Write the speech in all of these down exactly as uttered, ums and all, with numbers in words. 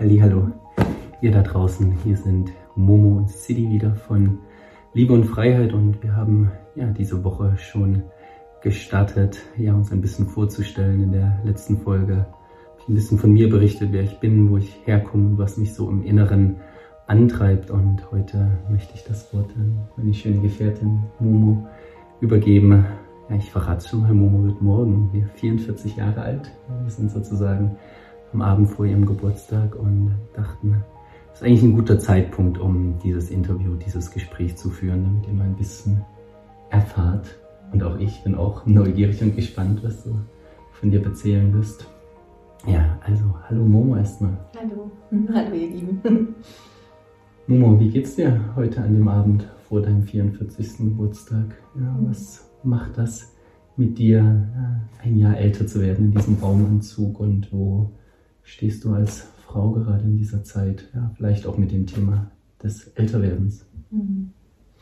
Hallihallo, ihr da draußen. Hier sind Momo und Sidi wieder von Liebe und Freiheit und wir haben ja diese Woche schon gestartet, ja, uns ein bisschen vorzustellen. In der letzten Folge habe ich ein bisschen von mir berichtet, wer ich bin, wo ich herkomme und was mich so im Inneren antreibt. Und heute möchte ich das Wort an meine schöne Gefährtin Momo übergeben. Ja, ich verrate es schon mal, Momo wird morgen vierundvierzig Jahre alt. Wir sind sozusagen am Abend vor ihrem Geburtstag und dachten, das ist eigentlich ein guter Zeitpunkt, um dieses Interview, dieses Gespräch zu führen, damit ihr mal ein bisschen erfahrt. Und auch ich bin auch neugierig und gespannt, was du von dir erzählen wirst. Ja, also hallo Momo erstmal. Hallo, hallo ihr Lieben. Momo, wie geht's dir heute an dem Abend vor deinem vierundvierzigsten Geburtstag? Ja, was macht das mit dir, ein Jahr älter zu werden in diesem Raumanzug, und wo stehst du als Frau gerade in dieser Zeit? Ja, vielleicht auch mit dem Thema des Älterwerdens. Mhm.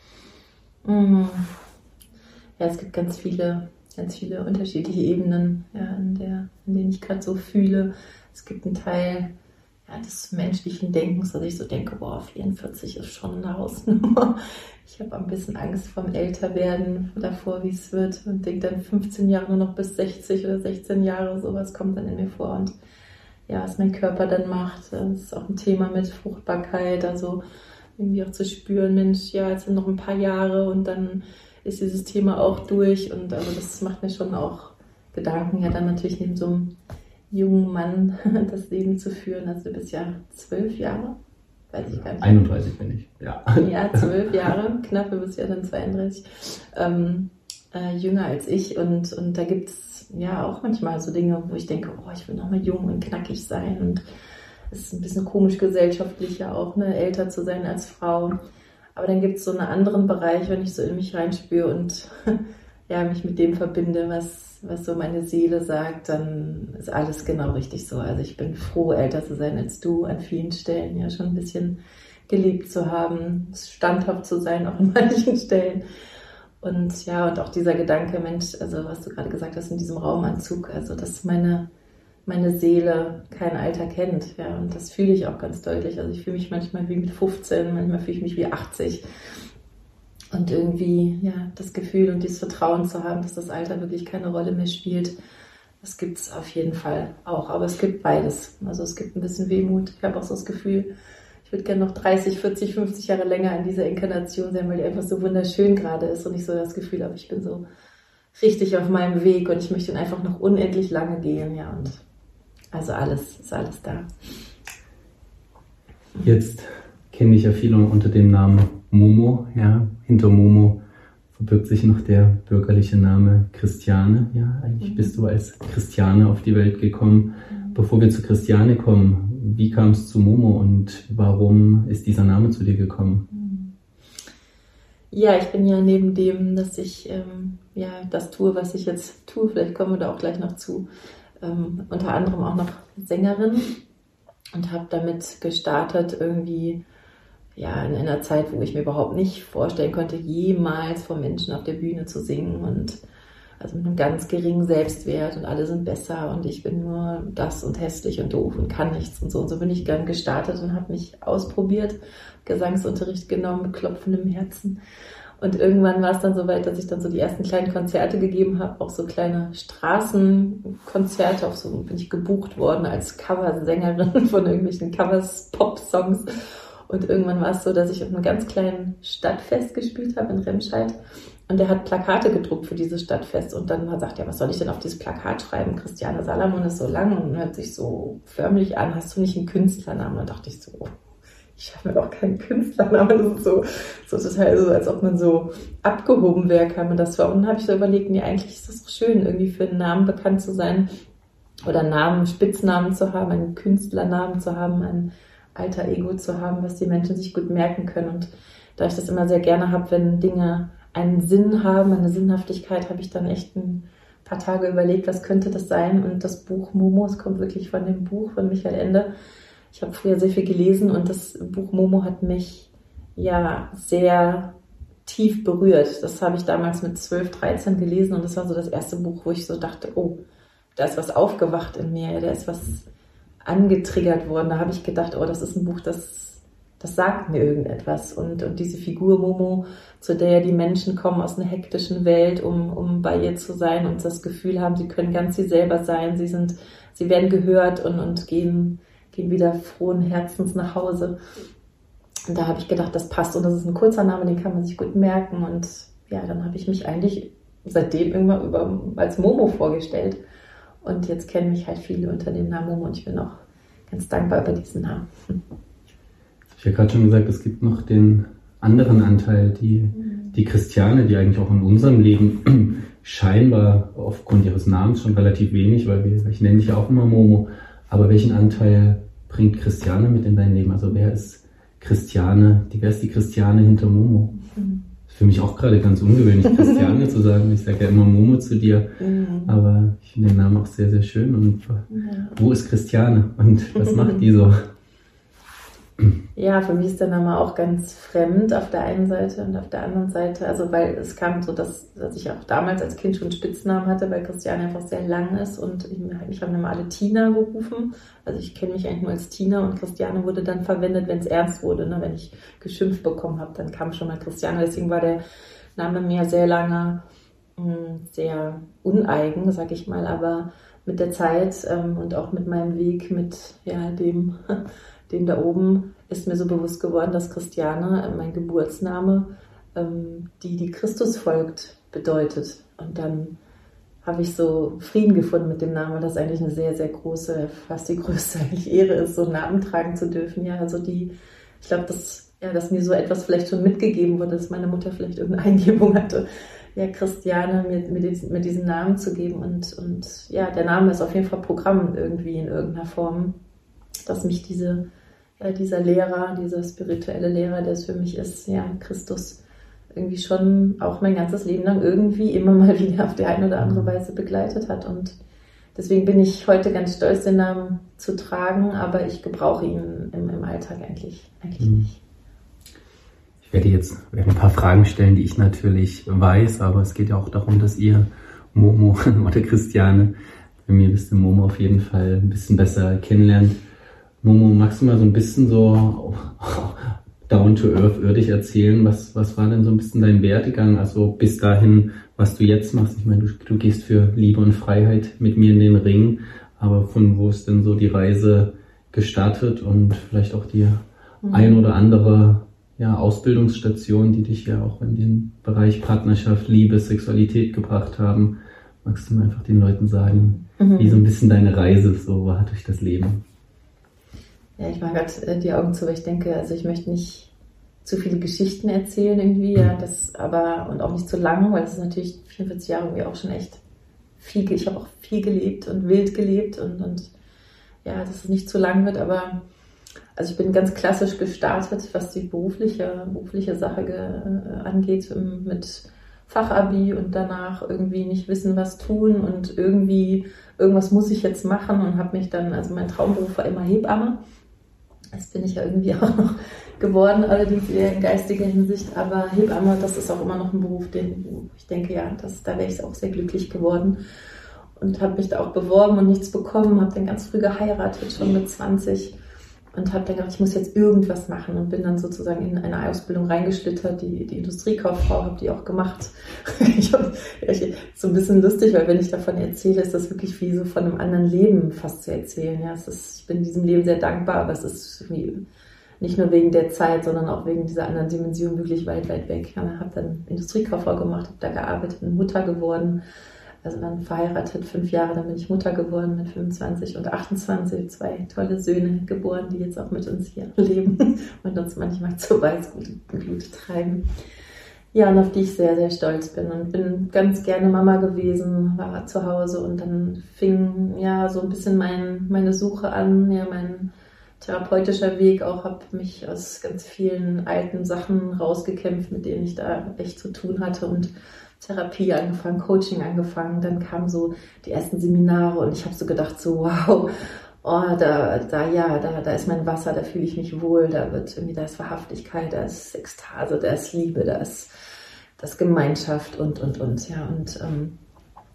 Mhm. Ja, es gibt ganz viele, ganz viele unterschiedliche Ebenen, ja, in, der, in denen ich gerade so fühle. Es gibt einen Teil ja, des menschlichen Denkens, dass ich so denke, boah, vierundvierzig ist schon eine Hausnummer. Ich habe ein bisschen Angst vorm Älterwerden, davor, wie es wird, und denke dann fünfzehn Jahre nur noch bis sechzig oder sechzehn Jahre, sowas kommt dann in mir vor. Und ja, was mein Körper dann macht, das ist auch ein Thema mit Fruchtbarkeit, also irgendwie auch zu spüren, Mensch, ja, jetzt sind noch ein paar Jahre und dann ist dieses Thema auch durch, und also das macht mir schon auch Gedanken, ja, dann natürlich neben so einem jungen Mann das Leben zu führen. Also du bist ja zwölf Jahre, weiß ich gar nicht. einunddreißig bin ich, ja. Ja, zwölf Jahre, knapp, du bist ja dann zweiunddreißig, ähm, äh, jünger als ich, und, und da gibt es ja auch manchmal so Dinge, wo ich denke, oh, ich will noch mal jung und knackig sein, und es ist ein bisschen komisch gesellschaftlich ja auch, ne, älter zu sein als Frau. Aber dann gibt es so einen anderen Bereich, wenn ich so in mich reinspüre und ja, mich mit dem verbinde, was, was so meine Seele sagt, dann ist alles genau richtig so. Also ich bin froh, älter zu sein als du, an vielen Stellen ja schon ein bisschen gelebt zu haben, standhaft zu sein, auch in manchen Stellen. Und ja, und auch dieser Gedanke, Mensch, also was du gerade gesagt hast in diesem Raumanzug, also dass meine, meine Seele kein Alter kennt, ja, und das fühle ich auch ganz deutlich. Also ich fühle mich manchmal wie mit fünfzehn, manchmal fühle ich mich wie achtzig. Und irgendwie, ja, das Gefühl und dieses Vertrauen zu haben, dass das Alter wirklich keine Rolle mehr spielt, das gibt es auf jeden Fall auch. Aber es gibt beides. Also es gibt ein bisschen Wehmut. Ich habe auch so das Gefühl, ich würde gerne noch dreißig, vierzig, fünfzig Jahre länger in dieser Inkarnation sein, weil die einfach so wunderschön gerade ist und ich so das Gefühl habe, ich bin so richtig auf meinem Weg und ich möchte ihn einfach noch unendlich lange gehen, ja, und also alles, ist alles da. Jetzt kenne ich ja viele unter dem Namen Momo, ja, hinter Momo verbirgt sich noch der bürgerliche Name Christiane, ja, eigentlich mhm. bist du als Christiane auf die Welt gekommen. Mhm. Bevor wir zu Christiane kommen, wie kam es zu Momo und warum ist dieser Name zu dir gekommen? Ja, ich bin ja neben dem, dass ich ähm, ja, das tue, was ich jetzt tue, vielleicht kommen wir da auch gleich noch zu, ähm, unter anderem auch noch Sängerin, und habe damit gestartet irgendwie ja, in einer Zeit, wo ich mir überhaupt nicht vorstellen konnte, jemals vor Menschen auf der Bühne zu singen, und also mit einem ganz geringen Selbstwert und alle sind besser und ich bin nur das und hässlich und doof und kann nichts und so. Und so bin ich dann gestartet und habe mich ausprobiert, Gesangsunterricht genommen mit klopfendem Herzen. Und irgendwann war es dann so weit, dass ich dann so die ersten kleinen Konzerte gegeben habe, auch so kleine Straßenkonzerte, auch so bin ich gebucht worden als Coversängerin von irgendwelchen Covers-Pop-Songs. Und irgendwann war es so, dass ich auf einem ganz kleinen Stadtfest gespielt habe in Remscheid. Und der hat Plakate gedruckt für dieses Stadtfest. Und dann sagt er, was soll ich denn auf dieses Plakat schreiben? Christiane Salamon ist so lang und hört sich so förmlich an. Hast du nicht einen Künstlernamen? Da dachte ich so, ich habe mir doch keinen Künstlernamen. Das ist so, so total so, als ob man so abgehoben wäre, kam mir das vor. Und dann habe ich so überlegt, nee, eigentlich ist das doch schön, irgendwie für einen Namen bekannt zu sein oder Namen, Spitznamen zu haben, einen Künstlernamen zu haben, ein Alter Ego zu haben, was die Menschen sich gut merken können. Und da ich das immer sehr gerne habe, wenn Dinge einen Sinn haben, eine Sinnhaftigkeit, habe ich dann echt ein paar Tage überlegt, was könnte das sein. Und das Buch Momo, es kommt wirklich von dem Buch von Michael Ende. Ich habe früher sehr viel gelesen und das Buch Momo hat mich ja sehr tief berührt. Das habe ich damals mit zwölf, dreizehn gelesen und das war so das erste Buch, wo ich so dachte, oh, da ist was aufgewacht in mir, da ist was angetriggert worden. Da habe ich gedacht, oh, das ist ein Buch, das, das sagt mir irgendetwas. Und, und diese Figur Momo, zu der die Menschen kommen aus einer hektischen Welt, um, um bei ihr zu sein und das Gefühl haben, sie können ganz sie selber sein. Sie sind, sie werden gehört und, und gehen, gehen wieder frohen Herzens nach Hause. Und da habe ich gedacht, das passt. Und das ist ein kurzer Name, den kann man sich gut merken. Und ja, dann habe ich mich eigentlich seitdem immer über, als Momo vorgestellt. Und jetzt kennen mich halt viele unter dem Namen Momo und ich bin auch ganz dankbar über diesen Namen. Ich habe ja gerade schon gesagt, es gibt noch den anderen Anteil, die, die Christiane, die eigentlich auch in unserem Leben scheinbar aufgrund ihres Namens schon relativ wenig, weil wir, ich nenne dich ja auch immer Momo, aber welchen Anteil bringt Christiane mit in dein Leben? Also wer ist Christiane, die, wer ist die Christiane hinter Momo? Mhm. Für mich auch gerade ganz ungewöhnlich, Christiane zu sagen. Ich sage ja immer Momo zu dir, mhm. aber ich finde den Namen auch sehr, sehr schön. Und ja. Wo ist Christiane und was macht die so? Ja, für mich ist der Name auch ganz fremd auf der einen Seite und auf der anderen Seite, also weil es kam so, dass, dass ich auch damals als Kind schon einen Spitznamen hatte, weil Christiane einfach sehr lang ist und ich, ich habe immer alle Tina gerufen, also ich kenne mich eigentlich nur als Tina und Christiane wurde dann verwendet, wenn es ernst wurde, ne? Wenn ich geschimpft bekommen habe, dann kam schon mal Christiane, deswegen war der Name mir sehr lange mh, sehr uneigen, sag ich mal, aber mit der Zeit ähm, und auch mit meinem Weg, mit ja, dem... dem da oben ist mir so bewusst geworden, dass Christiane, mein Geburtsname, die, die Christus folgt, bedeutet. Und dann habe ich so Frieden gefunden mit dem Namen, das eigentlich eine sehr, sehr große, fast die größte eigentlich Ehre ist, so einen Namen tragen zu dürfen. Ja, also die, ich glaube, dass, ja, dass mir so etwas vielleicht schon mitgegeben wurde, dass meine Mutter vielleicht irgendeine Eingebung hatte, ja, Christiane mir mit, diesem, mit diesem Namen zu geben. Und, und ja, der Name ist auf jeden Fall Programm irgendwie in irgendeiner Form, dass mich diese Ja, dieser Lehrer, dieser spirituelle Lehrer, der es für mich ist, ja, Christus, irgendwie schon auch mein ganzes Leben lang irgendwie immer mal wieder auf die eine oder andere Weise begleitet hat. Und deswegen bin ich heute ganz stolz, den Namen zu tragen, aber ich gebrauche ihn im, im Alltag eigentlich, eigentlich nicht. Ich werde jetzt werde ein paar Fragen stellen, die ich natürlich weiß, aber es geht ja auch darum, dass ihr Momo oder Christiane, bei mir bist du Momo auf jeden Fall ein bisschen besser kennenlernt. Momo, magst du mal so ein bisschen so down to earth irdisch erzählen, was, was war denn so ein bisschen dein Werdegang, also bis dahin, was du jetzt machst? Ich meine, du, du gehst für Liebe und Freiheit mit mir in den Ring, aber von wo ist denn so die Reise gestartet und vielleicht auch die mhm. ein oder andere ja, Ausbildungsstation, die dich ja auch in den Bereich Partnerschaft, Liebe, Sexualität gebracht haben. Magst du mal einfach den Leuten sagen, mhm. wie so ein bisschen deine Reise so war durch das Leben? Ja, ich mache gerade die Augen zu, weil ich denke, also ich möchte nicht zu viele Geschichten erzählen irgendwie, ja, das aber, und auch nicht zu lang, weil es ist natürlich vierundvierzig Jahre irgendwie auch schon echt viel, ich habe auch viel gelebt und wild gelebt und, und ja, dass es nicht zu lang wird, aber also ich bin ganz klassisch gestartet, was die berufliche, berufliche Sache ge, äh, angeht, mit Fachabi und danach irgendwie nicht wissen, was tun und irgendwie, irgendwas muss ich jetzt machen und habe mich dann, also mein Traumberuf war immer Hebamme. Das bin ich ja irgendwie auch noch geworden, allerdings eher in geistiger Hinsicht. Aber Hebamme, das ist auch immer noch ein Beruf, den ich denke, ja, das, da wäre ich auch sehr glücklich geworden. Und habe mich da auch beworben und nichts bekommen, habe dann ganz früh geheiratet, schon mit zwanzig. Und habe dann gedacht, ich muss jetzt irgendwas machen und bin dann sozusagen in eine Ausbildung reingeschlittert, die, die Industriekauffrau, habe die auch gemacht. ich hab, ich, so ein bisschen lustig, weil wenn ich davon erzähle, ist das wirklich wie so von einem anderen Leben fast zu erzählen. Ja, es ist, ich bin diesem Leben sehr dankbar, aber es ist wie, nicht nur wegen der Zeit, sondern auch wegen dieser anderen Dimension wirklich weit, weit weg. Ich habe dann Industriekauffrau gemacht, habe da gearbeitet, bin Mutter geworden. Also dann verheiratet, fünf Jahre, dann bin ich Mutter geworden mit fünfundzwanzig und achtundzwanzig, zwei tolle Söhne geboren, die jetzt auch mit uns hier leben und uns manchmal zur Weißglut treiben. Ja, und auf die ich sehr, sehr stolz bin und bin ganz gerne Mama gewesen, war zu Hause und dann fing ja so ein bisschen mein, meine Suche an, ja, mein therapeutischer Weg auch, habe mich aus ganz vielen alten Sachen rausgekämpft, mit denen ich da echt zu tun hatte und Therapie angefangen, Coaching angefangen, dann kamen so die ersten Seminare und ich habe so gedacht, so wow, oh, da, da, ja, da, da ist mein Wasser, da fühle ich mich wohl, da wird irgendwie, da ist Wahrhaftigkeit, da ist Ekstase, da ist Liebe, da ist, da ist Gemeinschaft und, und, und, ja, und ähm,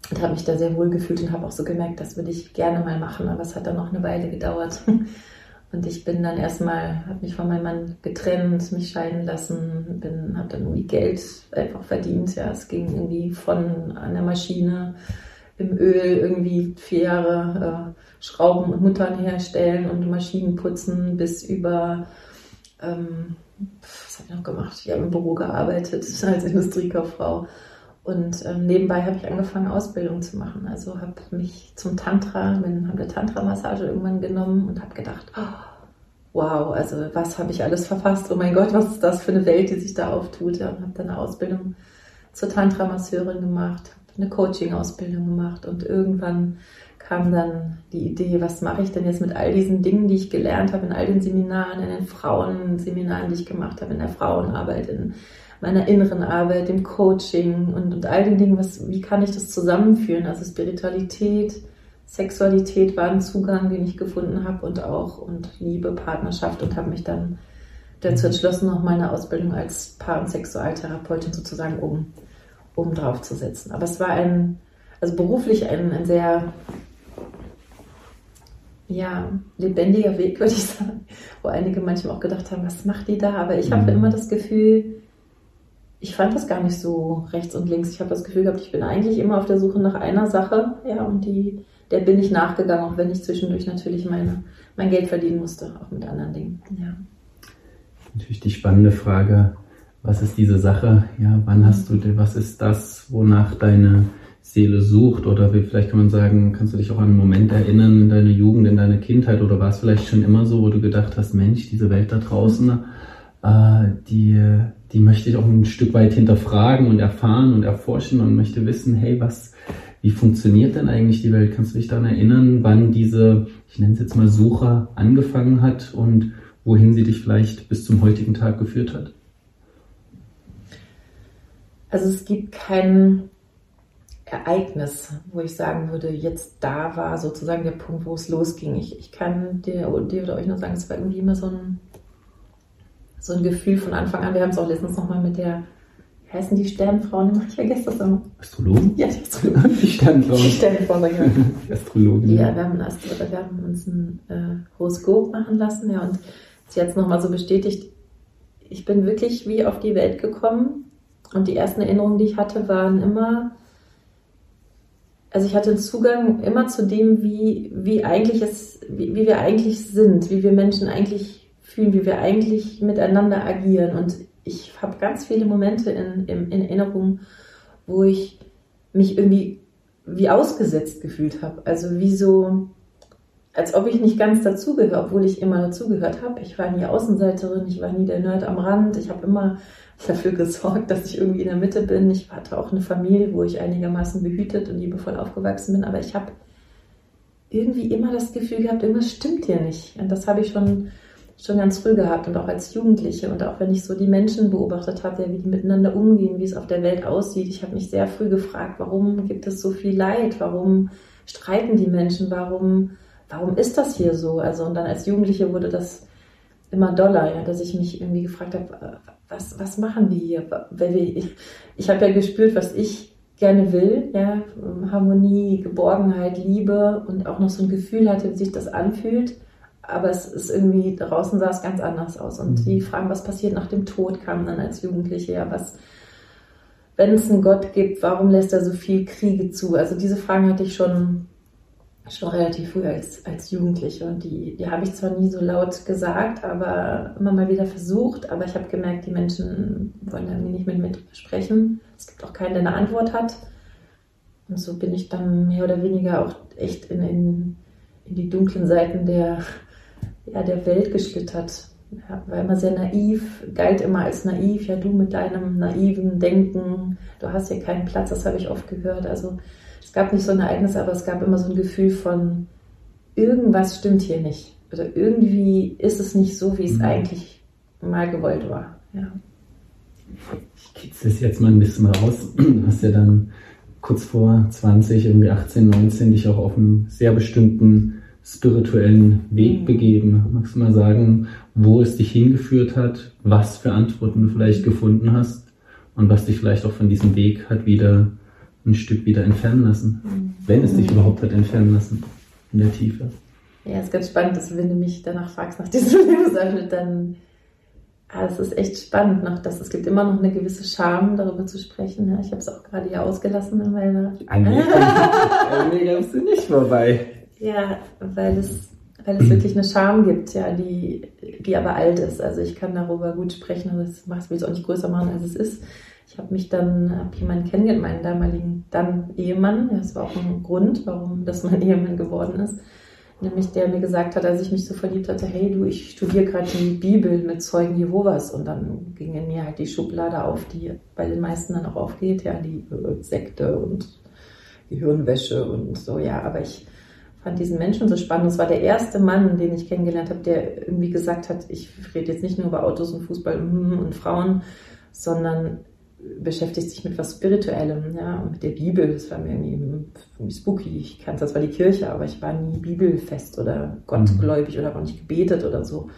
und habe mich da sehr wohl gefühlt und habe auch so gemerkt, das würde ich gerne mal machen, aber es hat dann noch eine Weile gedauert. Und ich bin dann erstmal, habe mich von meinem Mann getrennt, mich scheiden lassen, bin, habe dann irgendwie Geld einfach verdient. Ja, es ging irgendwie von an der Maschine im Öl irgendwie vier Jahre äh, Schrauben und Muttern herstellen und Maschinen putzen bis über, ähm, was habe ich noch gemacht? Ich habe im Büro gearbeitet als Industriekauffrau. Und ähm, nebenbei habe ich angefangen, Ausbildung zu machen. Also habe mich zum Tantra, habe eine Tantra-Massage irgendwann genommen und habe gedacht, oh, wow, also was habe ich alles verfasst? Oh mein Gott, was ist das für eine Welt, die sich da auftut? Ja, und habe dann eine Ausbildung zur Tantra-Masseurin gemacht, habe eine Coaching-Ausbildung gemacht und irgendwann kam dann die Idee, was mache ich denn jetzt mit all diesen Dingen, die ich gelernt habe, in all den Seminaren, in den Frauenseminaren, die ich gemacht habe, in der Frauenarbeit, in meiner inneren Arbeit, dem Coaching und, und all den Dingen, was, wie kann ich das zusammenführen? Also Spiritualität, Sexualität war ein Zugang, den ich gefunden habe und auch und Liebe, Partnerschaft und habe mich dann dazu entschlossen, noch meine Ausbildung als Paar- und Sexualtherapeutin sozusagen um, um drauf zu setzen. Aber es war ein, also beruflich ein, ein sehr ja, lebendiger Weg, würde ich sagen, wo einige manchmal auch gedacht haben, was macht die da? Aber ich habe immer das Gefühl, ich fand das gar nicht so rechts und links. Ich habe das Gefühl gehabt, ich bin eigentlich immer auf der Suche nach einer Sache, ja, und die, der bin ich nachgegangen, auch wenn ich zwischendurch natürlich meine, mein Geld verdienen musste, auch mit anderen Dingen, ja. Natürlich die spannende Frage, was ist diese Sache? Ja, wann hast du, was ist das, wonach deine Seele sucht? Oder wie, vielleicht kann man sagen, kannst du dich auch an einen Moment erinnern in deiner Jugend, in deiner Kindheit, oder war es vielleicht schon immer so, wo du gedacht hast, Mensch, diese Welt da draußen, äh, die, die möchte ich auch ein Stück weit hinterfragen und erfahren und erforschen und möchte wissen, hey, was, wie funktioniert denn eigentlich die Welt? Kannst du dich daran erinnern, wann diese, ich nenne es jetzt mal Suche, angefangen hat und wohin sie dich vielleicht bis zum heutigen Tag geführt hat? Also es gibt kein Ereignis, wo ich sagen würde, jetzt da war sozusagen der Punkt, wo es losging. Ich, ich kann dir, dir oder euch nur sagen, es war irgendwie immer so ein, so ein Gefühl von Anfang an. Wir haben es auch letztens nochmal mit der, wie heißen die Sternfrauen? Ich vergesse das immer. Astrologen? Ja, die Astrologen. Die Sternfrauen. Die Sternfrauen, ja. Die Astrologen. Ja, wir haben, Astro- wir haben uns ein äh, Horoskop machen lassen, ja, und sie hat es nochmal so bestätigt, ich bin wirklich wie auf die Welt gekommen und die ersten Erinnerungen, die ich hatte, waren immer, also ich hatte einen Zugang immer zu dem, wie, wie eigentlich es, wie, wie wir eigentlich sind, wie wir Menschen eigentlich fühlen, wie wir eigentlich miteinander agieren. Und ich habe ganz viele Momente in, in, in Erinnerung, wo ich mich irgendwie wie ausgesetzt gefühlt habe. Also wie so, als ob ich nicht ganz dazugehöre, obwohl ich immer dazugehört habe. Ich war nie Außenseiterin, ich war nie der Nerd am Rand. Ich habe immer dafür gesorgt, dass ich irgendwie in der Mitte bin. Ich hatte auch eine Familie, wo ich einigermaßen behütet und liebevoll aufgewachsen bin. Aber ich habe irgendwie immer das Gefühl gehabt, irgendwas stimmt hier nicht. Und das habe ich schon, schon ganz früh gehabt und auch als Jugendliche. Und auch wenn ich so die Menschen beobachtet habe, wie die miteinander umgehen, wie es auf der Welt aussieht. Ich habe mich sehr früh gefragt, warum gibt es so viel Leid? Warum streiten die Menschen? Warum... Warum ist das hier so? Also, und dann als Jugendliche wurde das immer doller, ja, dass ich mich irgendwie gefragt habe, was, was machen wir hier? Weil wir, ich ich habe ja gespürt, was ich gerne will, ja, Harmonie, Geborgenheit, Liebe und auch noch so ein Gefühl hatte, wie sich das anfühlt. Aber es ist irgendwie, draußen sah es ganz anders aus. Und die Fragen, was passiert nach dem Tod, kamen dann als Jugendliche, ja, was, wenn es einen Gott gibt, warum lässt er so viel Kriege zu? Also diese Fragen hatte ich schon schon relativ früh als, als Jugendliche und die, die habe ich zwar nie so laut gesagt, aber immer mal wieder versucht, aber ich habe gemerkt, die Menschen wollen irgendwie nicht mit mir sprechen. Es gibt auch keinen, der eine Antwort hat und so bin ich dann mehr oder weniger auch echt in, in, in die dunklen Seiten der, ja, der Welt geschlittert. Ja, war immer sehr naiv, galt immer als naiv, ja, du mit deinem naiven Denken, du hast hier keinen Platz, das habe ich oft gehört, also es gab nicht so ein Ereignis, aber es gab immer so ein Gefühl von, irgendwas stimmt hier nicht. Oder irgendwie ist es nicht so, wie es mhm. eigentlich mal gewollt war. Ja. Ich kitzel es jetzt mal ein bisschen raus. Du hast ja dann kurz vor zwanzig, irgendwie achtzehn, neunzehn, dich auch auf einen sehr bestimmten spirituellen Weg mhm. begeben. Magst du mal sagen, wo es dich hingeführt hat, was für Antworten du vielleicht gefunden hast und was dich vielleicht auch von diesem Weg hat wieder ein Stück wieder entfernen lassen, Mhm. wenn es dich überhaupt hat entfernen lassen, in der Tiefe. Ja, ist ganz spannend, dass wenn du mich danach fragst, nach diesem Lebensabschnitt, dann, ah, es ist echt spannend noch, dass es gibt immer noch eine gewisse Scham, darüber zu sprechen. Ja, ich habe es auch gerade hier ausgelassen in meiner... An mir, an mir kommst du nicht vorbei. Ja, weil es, weil es wirklich eine Scham gibt, ja, die, die aber alt ist. Also ich kann darüber gut sprechen, aber das macht es auch nicht größer machen, als es ist. Ich habe mich dann, habe jemanden kennengelernt, meinen damaligen dann Ehemann. Ja, das war auch ein Grund, warum das mein Ehemann geworden ist. Nämlich der mir gesagt hat, als ich mich so verliebt hatte, hey du, ich studiere gerade die Bibel mit Zeugen Jehovas. Und dann ging in mir halt die Schublade auf, die bei den meisten dann auch aufgeht, ja, die äh, Sekte und Gehirnwäsche und so, ja. Aber ich fand diesen Menschen so spannend. Es war der erste Mann, den ich kennengelernt habe, der irgendwie gesagt hat, ich rede jetzt nicht nur über Autos und Fußball und Frauen, sondern beschäftigt sich mit was Spirituellem, ja, und mit der Bibel. Das war mir irgendwie spooky. Ich kannte zwar die Kirche, aber ich war nie bibelfest oder gottgläubig oder auch nicht gebetet oder so.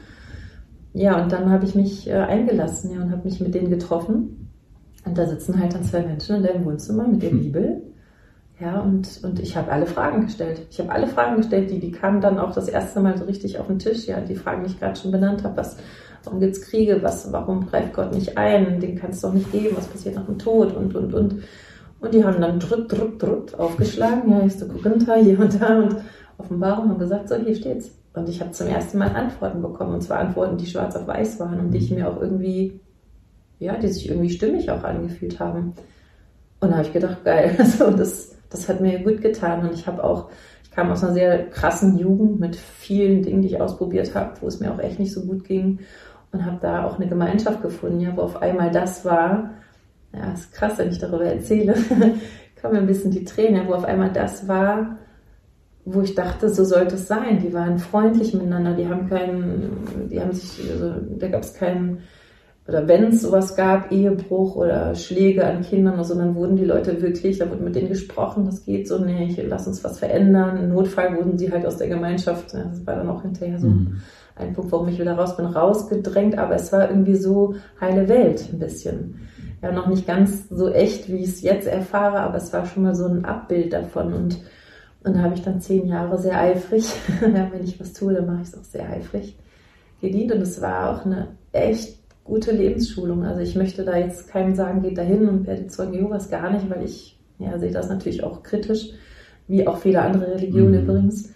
Ja, und dann habe ich mich äh, eingelassen, ja, und habe mich mit denen getroffen. Und da sitzen halt dann zwei Menschen in deinem Wohnzimmer mit der Bibel. Ja, und, und ich habe alle Fragen gestellt. Ich habe alle Fragen gestellt, die, die kamen dann auch das erste Mal so richtig auf den Tisch. Ja, die Fragen, die ich gerade schon benannt habe. Was, warum gibt es Kriege? Was, warum greift Gott nicht ein? Den kann es doch nicht geben. Was passiert nach dem Tod? Und, und, und. Und die haben dann drück, drück, drück aufgeschlagen. Ja, erste Korinther, hier und da. Und Offenbarung haben gesagt, so, hier steht's. Und ich habe zum ersten Mal Antworten bekommen. Und zwar Antworten, die schwarz auf weiß waren und die ich mir auch irgendwie, ja, die sich irgendwie stimmig auch angefühlt haben. Und da habe ich gedacht, geil, also das, das hat mir gut getan. Und ich habe auch, ich kam aus einer sehr krassen Jugend mit vielen Dingen, die ich ausprobiert habe, wo es mir auch echt nicht so gut ging. Und habe da auch eine Gemeinschaft gefunden, ja, wo auf einmal das war, ja, ist krass, wenn ich darüber erzähle, kommen mir ein bisschen die Tränen, ja, wo auf einmal das war, wo ich dachte, so sollte es sein. Die waren freundlich miteinander, die haben keinen, die haben sich, also, da gab es keinen, oder wenn es sowas gab, Ehebruch oder Schläge an Kindern, sondern wurden die Leute wirklich, da wurde mit denen gesprochen, das geht so nicht, lass uns was verändern. Im Notfall wurden sie halt aus der Gemeinschaft, das war dann auch hinterher so mhm. ein Punkt, warum ich wieder raus bin, rausgedrängt, aber es war irgendwie so heile Welt ein bisschen. Ja, noch nicht ganz so echt, wie ich es jetzt erfahre, aber es war schon mal so ein Abbild davon. Und, und da habe ich dann zehn Jahre sehr eifrig, ja, wenn ich was tue, dann mache ich es auch sehr eifrig, gedient. Und es war auch eine echt gute Lebensschulung. Also ich möchte da jetzt keinem sagen, geht dahin und werdet Zeugen Jehovas, gar nicht, weil ich ja, sehe das natürlich auch kritisch, wie auch viele andere Religionen mhm. übrigens.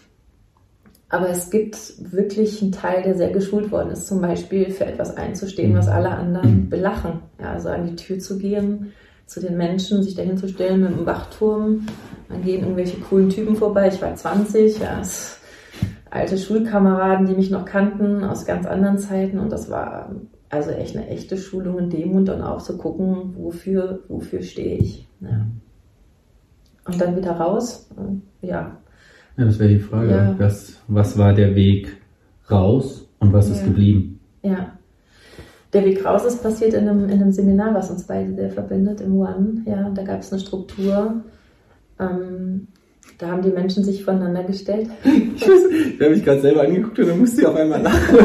Aber es gibt wirklich einen Teil, der sehr geschult worden ist, zum Beispiel für etwas einzustehen, was alle anderen belachen. Ja, also an die Tür zu gehen, zu den Menschen, sich dahin zu stellen mit einem Wachturm. Dann gehen irgendwelche coolen Typen vorbei. Ich war zwanzig, ja, alte Schulkameraden, die mich noch kannten aus ganz anderen Zeiten. Und das war also echt eine echte Schulung in dem und dann auch zu gucken, wofür, wofür stehe ich. Ja. Und dann wieder raus, ja. Ja, das wäre die Frage. Ja. Was, was war der Weg raus und was ja. ist geblieben? Ja. Der Weg raus ist passiert in einem, in einem Seminar, was uns beide sehr verbindet, im One. Ja, da gab es eine Struktur. Ähm, da haben die Menschen sich voneinander gestellt. Ich, ich habe mich gerade selber angeguckt und dann musste ich auf einmal lachen.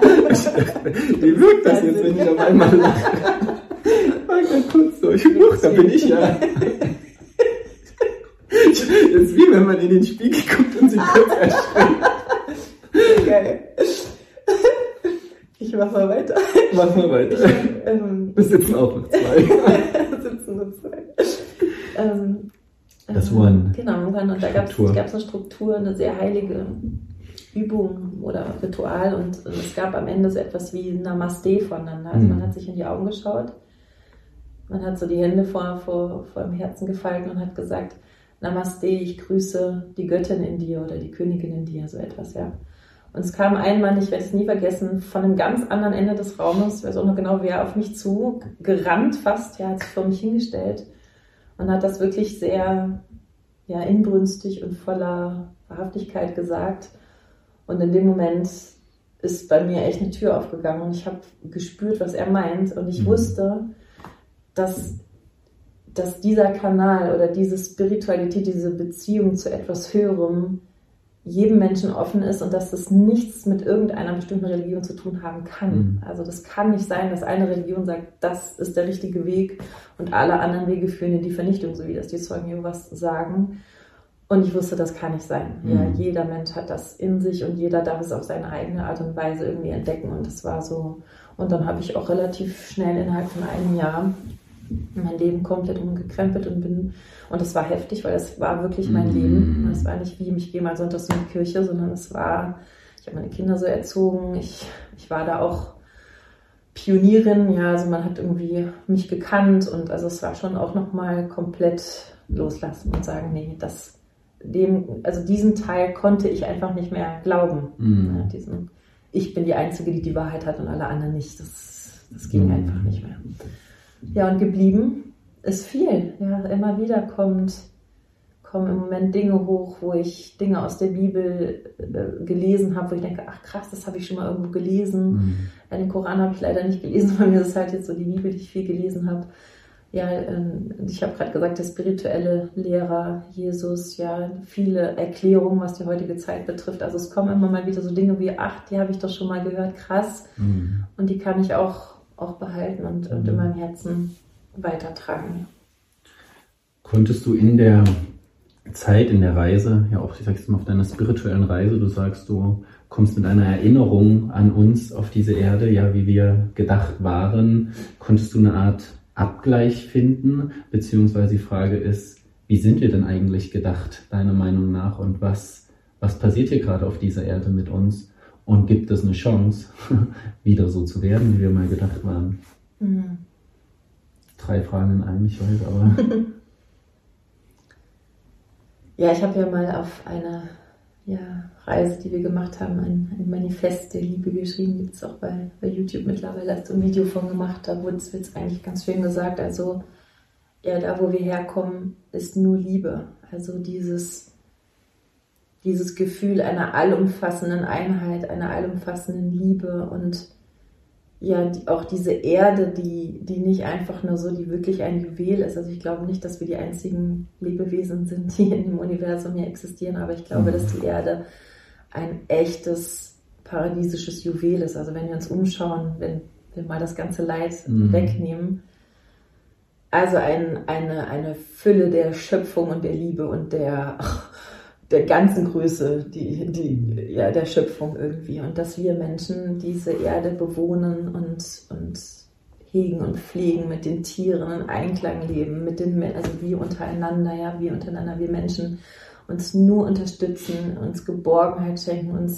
Wie wirkt das jetzt, wenn ich auf einmal lache? War ganz kurz so. Ich huch, da bin ich ja. Das ist wie wenn man in den Spiegel guckt und sich kurz erschreckt. Geil. Ich mach mal weiter. Mach mal weiter. Ich, ähm, Wir sitzen auch noch zwei. sitzen nur zwei. Ähm, das One. Genau, One. Und da gab es eine Struktur, eine sehr heilige Übung oder Ritual. Und es gab am Ende so etwas wie Namaste voneinander. Also mhm. man hat sich in die Augen geschaut. Man hat so die Hände vor, vor, vor dem Herzen gefalten und hat gesagt, Namaste, ich grüße die Göttin in dir oder die Königin in dir, so etwas, ja. Und es kam ein Mann, ich werde es nie vergessen, von einem ganz anderen Ende des Raumes, ich weiß auch noch genau wer, auf mich zu, gerannt fast, ja, hat sich vor mich hingestellt und hat das wirklich sehr, ja, inbrünstig und voller Wahrhaftigkeit gesagt. Und in dem Moment ist bei mir echt eine Tür aufgegangen und ich habe gespürt, was er meint und ich mhm. wusste, dass dass dieser Kanal oder diese Spiritualität, diese Beziehung zu etwas Höherem jedem Menschen offen ist und dass das nichts mit irgendeiner bestimmten Religion zu tun haben kann. Mhm. Also das kann nicht sein, dass eine Religion sagt, das ist der richtige Weg und alle anderen Wege führen in die Vernichtung, so wie das die Zeugen Jehovas sagen. Und ich wusste, das kann nicht sein. Mhm. Ja, jeder Mensch hat das in sich und jeder darf es auf seine eigene Art und Weise irgendwie entdecken. Und das war so. Und dann habe ich auch relativ schnell innerhalb von einem Jahr mein Leben komplett umgekrempelt und bin, und das war heftig, weil das war wirklich mein mm. Leben. Es war nicht wie, ich gehe mal sonntags in die Kirche, sondern es war, ich habe meine Kinder so erzogen, ich, ich war da auch Pionierin, ja, also man hat irgendwie mich gekannt und also es war schon auch nochmal komplett loslassen und sagen, nee, das, dem, also diesen Teil konnte ich einfach nicht mehr glauben. Mm. Ja, diesen, ich bin die Einzige, die die Wahrheit hat und alle anderen nicht. Das, das ging mm. einfach nicht mehr. Ja, und geblieben ist viel. Ja, immer wieder kommt, kommen im Moment Dinge hoch, wo ich Dinge aus der Bibel äh, gelesen habe, wo ich denke, ach krass, das habe ich schon mal irgendwo gelesen. Mhm. Ja, den Koran habe ich leider nicht gelesen, weil mir das ist halt jetzt so die Bibel, die ich viel gelesen habe. Ja, äh, ich habe gerade gesagt, der spirituelle Lehrer, Jesus, ja, viele Erklärungen, was die heutige Zeit betrifft. Also es kommen immer mal wieder so Dinge wie, ach, die habe ich doch schon mal gehört, krass. Mhm. Und die kann ich auch auch behalten und, und in meinem Herzen weitertragen. Konntest du in der Zeit, in der Reise, ja auch, ich sag's mal, auf deiner spirituellen Reise, du sagst, du kommst mit einer Erinnerung an uns auf diese Erde, ja, wie wir gedacht waren, konntest du eine Art Abgleich finden, beziehungsweise die Frage ist, wie sind wir denn eigentlich gedacht, deiner Meinung nach, und was, was passiert hier gerade auf dieser Erde mit uns? Und gibt es eine Chance, wieder so zu werden, wie wir mal gedacht waren? Mhm. Drei Fragen in einem, ich weiß, aber... Ja, ich habe ja mal auf einer ja, Reise, die wir gemacht haben, ein, ein Manifest der Liebe geschrieben. Gibt es auch bei, bei YouTube mittlerweile, hast du ein Video von gemacht. Da wurde es eigentlich ganz schön gesagt. Also, ja, da wo wir herkommen, ist nur Liebe. Also dieses... dieses Gefühl einer allumfassenden Einheit, einer allumfassenden Liebe und ja, die, auch diese Erde, die, die nicht einfach nur so, die wirklich ein Juwel ist. Also ich glaube nicht, dass wir die einzigen Lebewesen sind, die in dem Universum hier existieren, aber ich glaube, mhm. dass die Erde ein echtes paradiesisches Juwel ist. Also wenn wir uns umschauen, wenn wir mal das ganze Leid mhm. wegnehmen, also ein, eine, eine Fülle der Schöpfung und der Liebe und der... der ganzen Größe die, die, ja, der Schöpfung irgendwie. Und dass wir Menschen diese Erde bewohnen und, und hegen und pflegen, mit den Tieren in Einklang leben, mit den, also wir untereinander, ja, wir untereinander, wir Menschen uns nur unterstützen, uns Geborgenheit schenken, uns,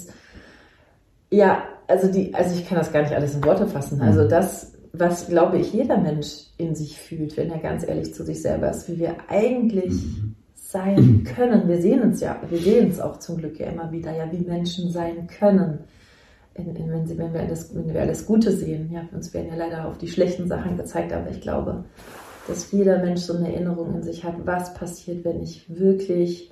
ja, also die, also ich kann das gar nicht alles in Worte fassen. Also das, was, glaube ich, jeder Mensch in sich fühlt, wenn er ganz ehrlich zu sich selber ist, wie wir eigentlich mhm. sein können. Wir sehen uns ja, wir sehen es auch zum Glück ja immer wieder, ja, wie Menschen sein können. In, in, wenn, sie, wenn, wir alles, wenn wir alles Gute sehen, ja, uns werden ja leider auf die schlechten Sachen gezeigt, aber ich glaube, dass jeder Mensch so eine Erinnerung in sich hat, was passiert, wenn ich wirklich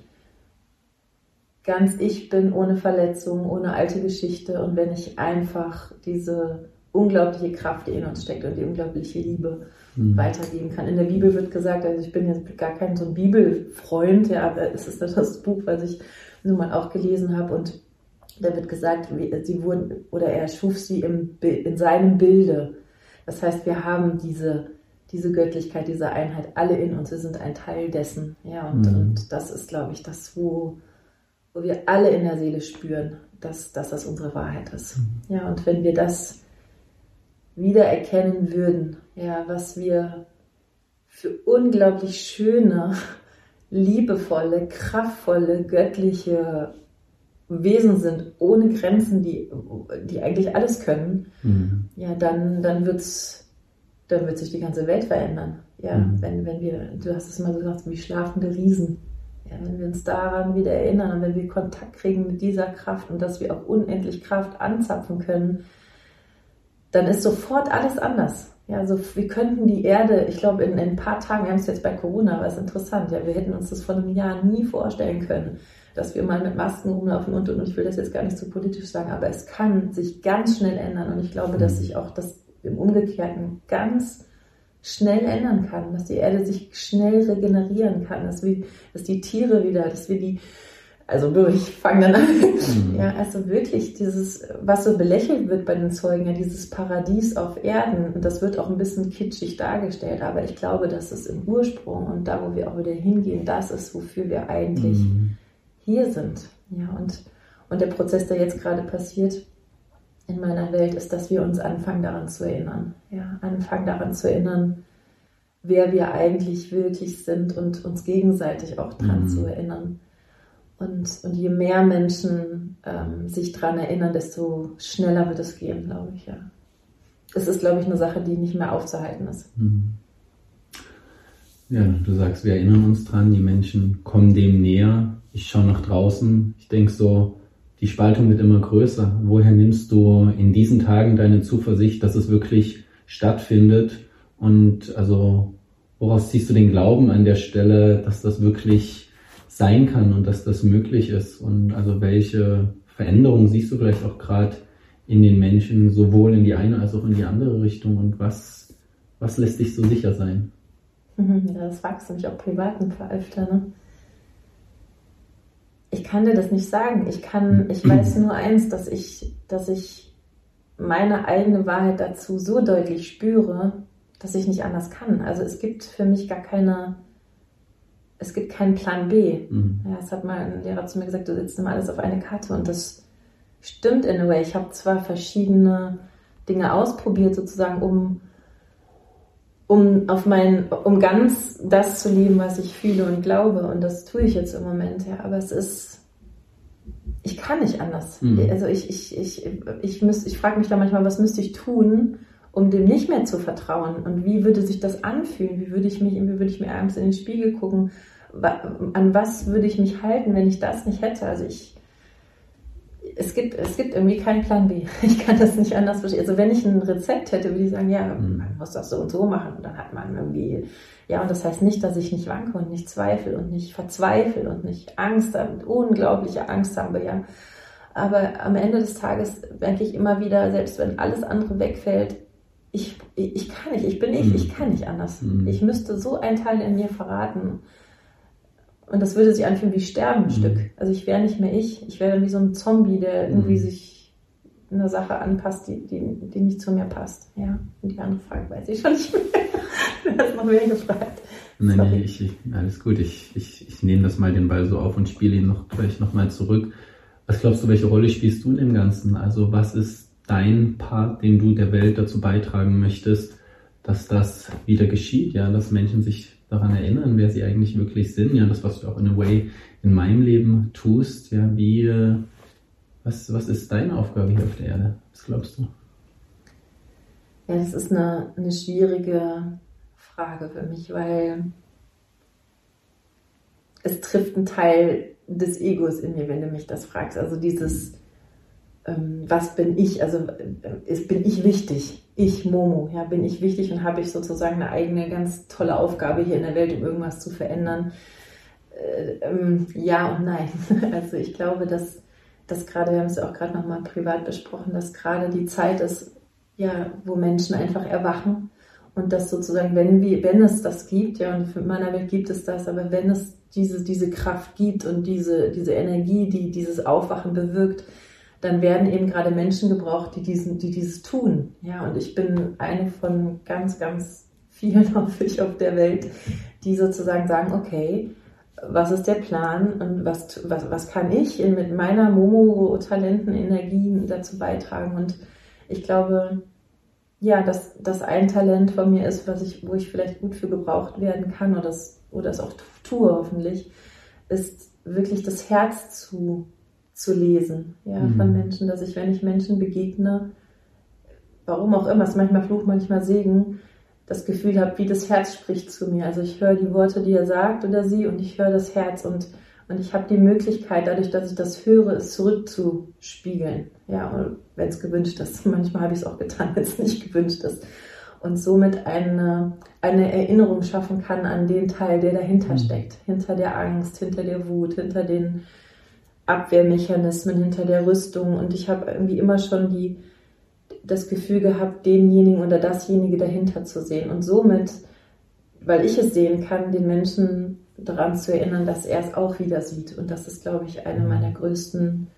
ganz ich bin, ohne Verletzung, ohne alte Geschichte und wenn ich einfach diese unglaubliche Kraft, die in uns steckt und die unglaubliche Liebe mhm. weitergeben kann. In der Bibel wird gesagt, also ich bin jetzt gar kein so ein Bibelfreund, ja, aber es ist das Buch, was ich nun mal auch gelesen habe und da wird gesagt, sie wurden, oder er schuf sie im, in seinem Bilde. Das heißt, wir haben diese, diese Göttlichkeit, diese Einheit alle in uns, wir sind ein Teil dessen, ja, und, mhm. und das ist, glaube ich, das, wo, wo wir alle in der Seele spüren, dass, dass das unsere Wahrheit ist. Mhm. Ja, und wenn wir das wiedererkennen würden, ja, was wir für unglaublich schöne, liebevolle, kraftvolle, göttliche Wesen sind, ohne Grenzen, die, die eigentlich alles können, mhm. ja, dann, dann wird's, dann wird sich die ganze Welt verändern. Ja, mhm. wenn, wenn wir, du hast es mal gesagt, wie schlafende Riesen. Ja, wenn wir uns daran wieder erinnern und wenn wir Kontakt kriegen mit dieser Kraft und dass wir auch unendlich Kraft anzapfen können, dann ist sofort alles anders. Ja, also wir könnten die Erde, ich glaube in, in ein paar Tagen, wir haben es jetzt bei Corona, aber es ist interessant, ja, wir hätten uns das vor einem Jahr nie vorstellen können, dass wir mal mit Masken rumlaufen und, und, und ich will das jetzt gar nicht so politisch sagen, aber es kann sich ganz schnell ändern und ich glaube, dass sich auch das im Umgekehrten ganz schnell ändern kann, dass die Erde sich schnell regenerieren kann, dass wir, dass die Tiere wieder, dass wir die Also ich fange dann an. Mhm. Ja, also wirklich dieses, was so belächelt wird bei den Zeugen, ja, dieses Paradies auf Erden, und das wird auch ein bisschen kitschig dargestellt, aber ich glaube, dass es im Ursprung und da, wo wir auch wieder hingehen, das ist, wofür wir eigentlich mhm. hier sind. Ja, und, und der Prozess, der jetzt gerade passiert in meiner Welt, ist, dass wir uns anfangen, daran zu erinnern. Ja, anfangen daran zu erinnern, wer wir eigentlich wirklich sind und uns gegenseitig auch daran mhm. zu erinnern. Und, und je mehr Menschen ähm, sich daran erinnern, desto schneller wird es gehen, glaube ich, ja. Es ist, glaube ich, eine Sache, die nicht mehr aufzuhalten ist. Ja, du sagst, wir erinnern uns dran, die Menschen kommen dem näher. Ich schaue nach draußen, ich denke so, die Spaltung wird immer größer. Woher nimmst du in diesen Tagen deine Zuversicht, dass es wirklich stattfindet? Und also, woraus ziehst du den Glauben an der Stelle, dass das wirklich sein kann und dass das möglich ist? Und also welche Veränderungen siehst du vielleicht auch gerade in den Menschen, sowohl in die eine als auch in die andere Richtung, und was, was lässt dich so sicher sein? Das fragst du mich auch privat ein paar öfter, ne? Ich kann dir das nicht sagen. Ich kann, ich weiß nur eins, dass ich, dass ich meine eigene Wahrheit dazu so deutlich spüre, dass ich nicht anders kann. Also es gibt für mich gar keine Es gibt keinen Plan B. Mhm. Ja, es hat mal ein Lehrer zu mir gesagt, du setzt immer alles auf eine Karte, und das stimmt in a way. Ich habe zwar verschiedene Dinge ausprobiert, sozusagen, um, um, auf mein, um ganz das zu leben, was ich fühle und glaube, und das tue ich jetzt im Moment, ja, aber es ist, ich kann nicht anders. Mhm. Also ich, ich, ich, ich, müß, ich frage mich da manchmal, was müsste ich tun, um dem nicht mehr zu vertrauen, und wie würde sich das anfühlen, wie würde ich mich, wie würde ich mir abends in den Spiegel gucken, an was würde ich mich halten, wenn ich das nicht hätte. Also ich, es gibt, es gibt irgendwie keinen Plan B. Ich kann das nicht anders verstehen. Also wenn ich ein Rezept hätte, würde ich sagen, ja, man muss das so und so machen, und dann hat man irgendwie, ja, und das heißt nicht, dass ich nicht wanke und nicht zweifle und nicht verzweifle und nicht Angst habe, unglaubliche Angst habe, ja. Aber am Ende des Tages denke ich immer wieder, selbst wenn alles andere wegfällt, Ich, ich kann nicht, ich bin ich, ich kann nicht anders. Mhm. Ich müsste so einen Teil in mir verraten. Und das würde sich anfühlen wie Sterben ein mhm. Stück. Also ich wäre nicht mehr ich. Ich wäre dann wie so ein Zombie, der irgendwie mhm. sich einer Sache anpasst, die, die, die nicht zu mir passt. Ja. Und die andere Frage weiß ich schon nicht mehr. Du hast noch mehr gefragt. Nein, nee, ich, ich, alles gut. Ich, ich, ich nehme das mal den Ball so auf und spiele ihn noch gleich nochmal zurück. Was glaubst du, welche Rolle spielst du in dem Ganzen? Also was ist dein Part, den du der Welt dazu beitragen möchtest, dass das wieder geschieht, ja, dass Menschen sich daran erinnern, wer sie eigentlich wirklich sind, ja, das, was du auch in a way in meinem Leben tust, ja, wie, was, was ist deine Aufgabe hier auf der Erde? Was glaubst du? Ja, das ist eine, eine schwierige Frage für mich, weil es trifft einen Teil des Egos in mir, wenn du mich das fragst, also dieses was bin ich, also ist, bin ich wichtig, ich Momo, ja, bin ich wichtig und habe ich sozusagen eine eigene ganz tolle Aufgabe hier in der Welt, um irgendwas zu verändern? Äh, ähm, ja und nein. Also ich glaube, dass, dass gerade, wir haben es ja auch gerade nochmal privat besprochen, dass gerade die Zeit ist, ja, wo Menschen einfach erwachen, und dass sozusagen, wenn wir, wenn es das gibt, ja, und in meiner Welt gibt es das, aber wenn es diese, diese Kraft gibt und diese, diese Energie, die dieses Aufwachen bewirkt, dann werden eben gerade Menschen gebraucht, die, diesen, die dieses tun. Ja, und ich bin eine von ganz, ganz vielen, hoffe ich, auf der Welt, die sozusagen sagen, okay, was ist der Plan und was, was, was kann ich in, mit meiner Momo-Talenten, Energien dazu beitragen? Und ich glaube, ja, dass das ein Talent von mir ist, was ich, wo ich vielleicht gut für gebraucht werden kann, oder das, oder das auch tue hoffentlich, ist wirklich das Herz zu zu lesen, ja, mhm. von Menschen, dass ich, wenn ich Menschen begegne, warum auch immer, es ist manchmal Fluch, manchmal Segen, das Gefühl habe, wie das Herz spricht zu mir. Also ich höre die Worte, die er sagt oder sie, und ich höre das Herz, und, und ich habe die Möglichkeit, dadurch, dass ich das höre, es zurückzuspiegeln. Ja, wenn es gewünscht ist. Manchmal habe ich es auch getan, wenn es nicht gewünscht ist. Und somit eine, eine Erinnerung schaffen kann an den Teil, der dahinter mhm. steckt. Hinter der Angst, hinter der Wut, hinter den Abwehrmechanismen, hinter der Rüstung, und ich habe irgendwie immer schon die, das Gefühl gehabt, denjenigen oder dasjenige dahinter zu sehen, und somit, weil ich es sehen kann, den Menschen daran zu erinnern, dass er es auch wieder sieht. Und das ist, glaube ich, eine meiner größten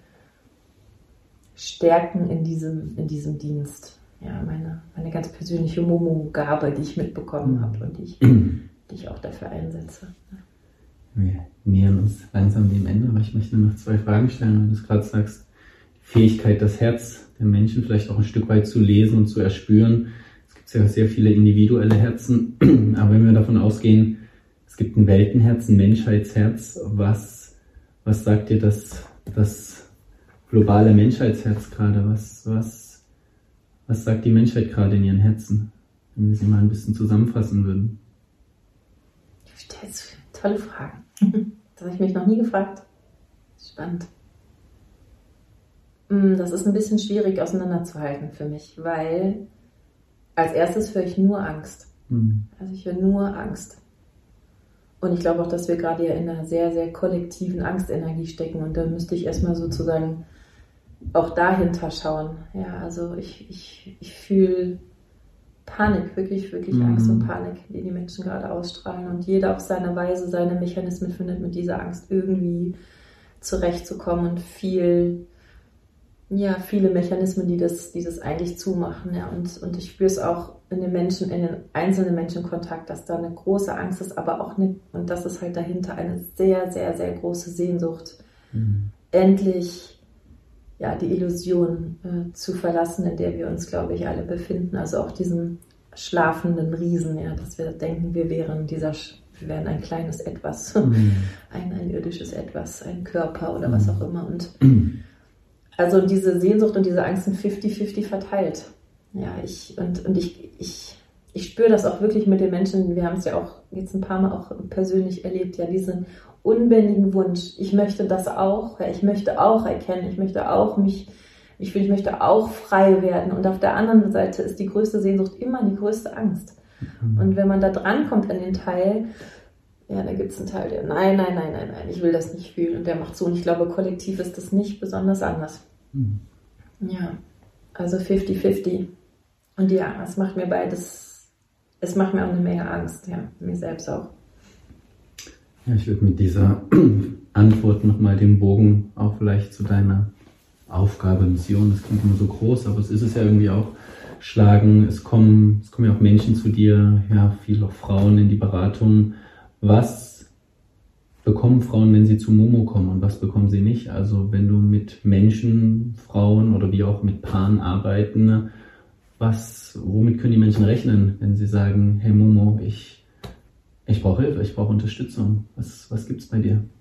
Stärken in diesem, in diesem Dienst. Ja, meine, meine ganz persönliche Momo-Gabe, die ich mitbekommen habe und die ich, die ich auch dafür einsetze. Wir nähern uns langsam dem Ende, aber ich möchte noch zwei Fragen stellen, wenn du es gerade sagst. Die Fähigkeit, das Herz der Menschen vielleicht auch ein Stück weit zu lesen und zu erspüren. Es gibt ja sehr viele individuelle Herzen, aber wenn wir davon ausgehen, es gibt ein Weltenherz, ein Menschheitsherz, was, was sagt dir das, das globale Menschheitsherz gerade? Was, was, was sagt die Menschheit gerade in ihren Herzen, wenn wir sie mal ein bisschen zusammenfassen würden? Du stellst tolle Fragen. Das habe ich mich noch nie gefragt. Spannend. Das ist ein bisschen schwierig auseinanderzuhalten für mich, weil als erstes höre ich nur Angst. Mhm. Also ich höre nur Angst. Und ich glaube auch, dass wir gerade ja in einer sehr, sehr kollektiven Angstenergie stecken. Und da müsste ich erstmal sozusagen auch dahinter schauen. Ja, also ich, ich, ich fühle Panik, wirklich, wirklich mhm. Angst und Panik, die die Menschen gerade ausstrahlen. Und jeder auf seine Weise seine Mechanismen findet, mit dieser Angst irgendwie zurechtzukommen und viel... Ja, viele Mechanismen, die das, die das eigentlich zumachen. Ja. Und, und ich spüre es auch in den Menschen, in den einzelnen Menschenkontakt, dass da eine große Angst ist, aber auch eine, und das ist halt dahinter eine sehr, sehr, sehr große Sehnsucht, mhm. endlich ja, die Illusion äh, zu verlassen, in der wir uns, glaube ich, alle befinden. Also auch diesen schlafenden Riesen, ja, dass wir denken, wir wären dieser, wir wären ein kleines Etwas, mhm. ein, ein irdisches Etwas, ein Körper oder mhm. was auch immer. Und also diese Sehnsucht und diese Angst sind fifty fifty verteilt. Ja, ich, und, und ich, ich, ich spüre das auch wirklich mit den Menschen, wir haben es ja auch jetzt ein paar Mal auch persönlich erlebt, ja, diesen unbändigen Wunsch, ich möchte das auch, ja, ich möchte auch erkennen, ich möchte auch mich, ich, will, ich möchte auch frei werden. Und auf der anderen Seite ist die größte Sehnsucht immer die größte Angst. Mhm. Und wenn man da drankommt an den Teil, ja, da gibt es einen Teil, der, nein, nein, nein, nein, nein, ich will das nicht fühlen. Und der macht so, und ich glaube, kollektiv ist das nicht besonders anders. Mhm. Ja, also fifty fifty. Und ja, es macht mir beides, es macht mir auch eine Menge Angst, ja, mir selbst auch. Ja, ich würde mit dieser Antwort nochmal den Bogen auch vielleicht zu deiner Aufgabe, Mission, das klingt immer so groß, aber es ist es ja irgendwie auch, schlagen. Es kommen, es kommen ja auch Menschen zu dir, ja, viele auch Frauen in die Beratung. Was bekommen Frauen, wenn sie zu Momo kommen und was bekommen sie nicht? Also wenn du mit Menschen, Frauen oder wie auch mit Paaren arbeiten, was, womit können die Menschen rechnen, wenn sie sagen, hey Momo, ich, ich brauche Hilfe, ich brauche Unterstützung. Was, was gibt es bei dir?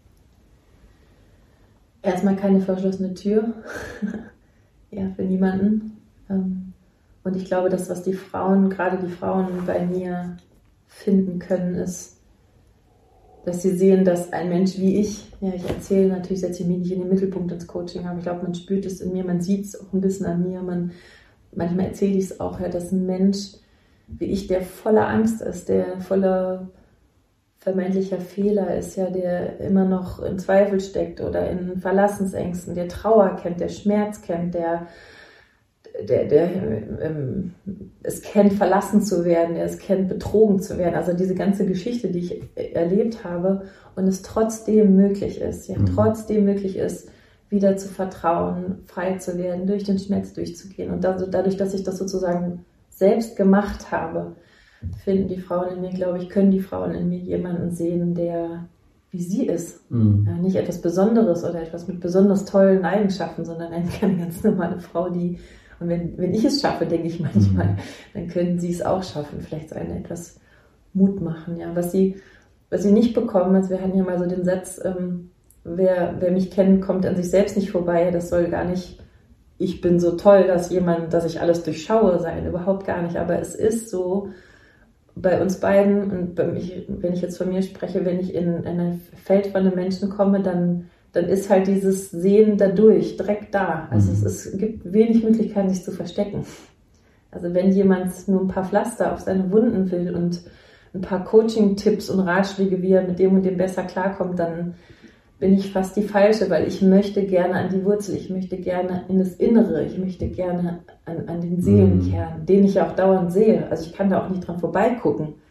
Erstmal keine verschlossene Tür. Ja, für niemanden. Und ich glaube, das, was die Frauen, gerade die Frauen bei mir finden können, ist, dass sie sehen, dass ein Mensch wie ich, ja, ich erzähle natürlich, setze ich mich nicht in den Mittelpunkt ins Coaching, aber ich glaube, man spürt es in mir, man sieht es auch ein bisschen an mir, man, manchmal erzähle ich es auch, ja, dass ein Mensch wie ich, der voller Angst ist, der voller vermeintlicher Fehler ist, ja, der immer noch in Zweifel steckt oder in Verlassensängsten, der Trauer kennt, der Schmerz kennt, der der, der ähm, es kennt, verlassen zu werden, der es kennt, betrogen zu werden. Also diese ganze Geschichte, die ich erlebt habe und es trotzdem möglich ist, ja, mhm. trotzdem möglich ist, wieder zu vertrauen, frei zu werden, durch den Schmerz durchzugehen. Und dadurch, dass ich das sozusagen selbst gemacht habe, finden die Frauen in mir, glaube ich, können die Frauen in mir jemanden sehen, der wie sie ist. Mhm. Ja, nicht etwas Besonderes oder etwas mit besonders tollen Eigenschaften, sondern eine ganz normale Frau, die, und wenn, wenn ich es schaffe, denke ich manchmal, mhm. dann können sie es auch schaffen, vielleicht so eine etwas Mut machen. Ja, was sie, was sie nicht bekommen, also wir hatten ja mal so den Satz, ähm, wer, wer mich kennt, kommt an sich selbst nicht vorbei. Das soll gar nicht, ich bin so toll, dass jemand, dass ich alles durchschaue sein, überhaupt gar nicht. Aber es ist so, bei uns beiden, und bei mich, wenn ich jetzt von mir spreche, wenn ich in, in ein Feld von einem Menschen komme, dann, dann ist halt dieses Sehen dadurch, direkt da. Also mhm. es, es gibt wenig Möglichkeiten, sich zu verstecken. Also wenn jemand nur ein paar Pflaster auf seine Wunden will und ein paar Coaching-Tipps und Ratschläge, wie er mit dem und dem besser klarkommt, dann bin ich fast die Falsche, weil ich möchte gerne an die Wurzel, ich möchte gerne in das Innere, ich möchte gerne an, an den Seelenkern, mm. den ich ja auch dauernd sehe. Also ich kann da auch nicht dran vorbeigucken.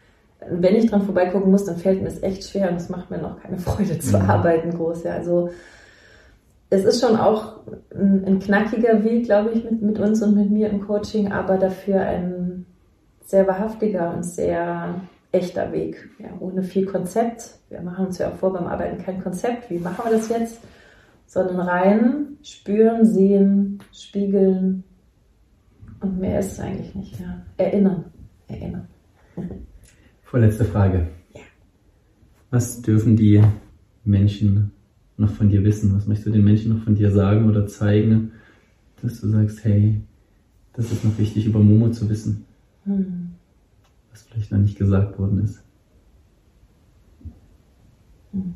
wenn ich dran vorbeigucken muss, dann fällt mir es echt schwer und es macht mir noch keine Freude zu mhm. arbeiten groß. Ja. Also es ist schon auch ein, ein knackiger Weg, glaube ich, mit, mit uns und mit mir im Coaching, aber dafür ein sehr wahrhaftiger und sehr echter Weg. Ja, ohne viel Konzept. Wir machen uns ja auch vor beim Arbeiten kein Konzept. Wie machen wir das jetzt? Sondern rein, spüren, sehen, spiegeln und mehr ist es eigentlich nicht. Ja. Erinnern. Erinnern. Vorletzte Frage. Ja. Was dürfen die Menschen noch von dir wissen? Was möchtest du den Menschen noch von dir sagen oder zeigen, dass du sagst, hey, das ist noch wichtig über Momo zu wissen, hm. was vielleicht noch nicht gesagt worden ist? Hm.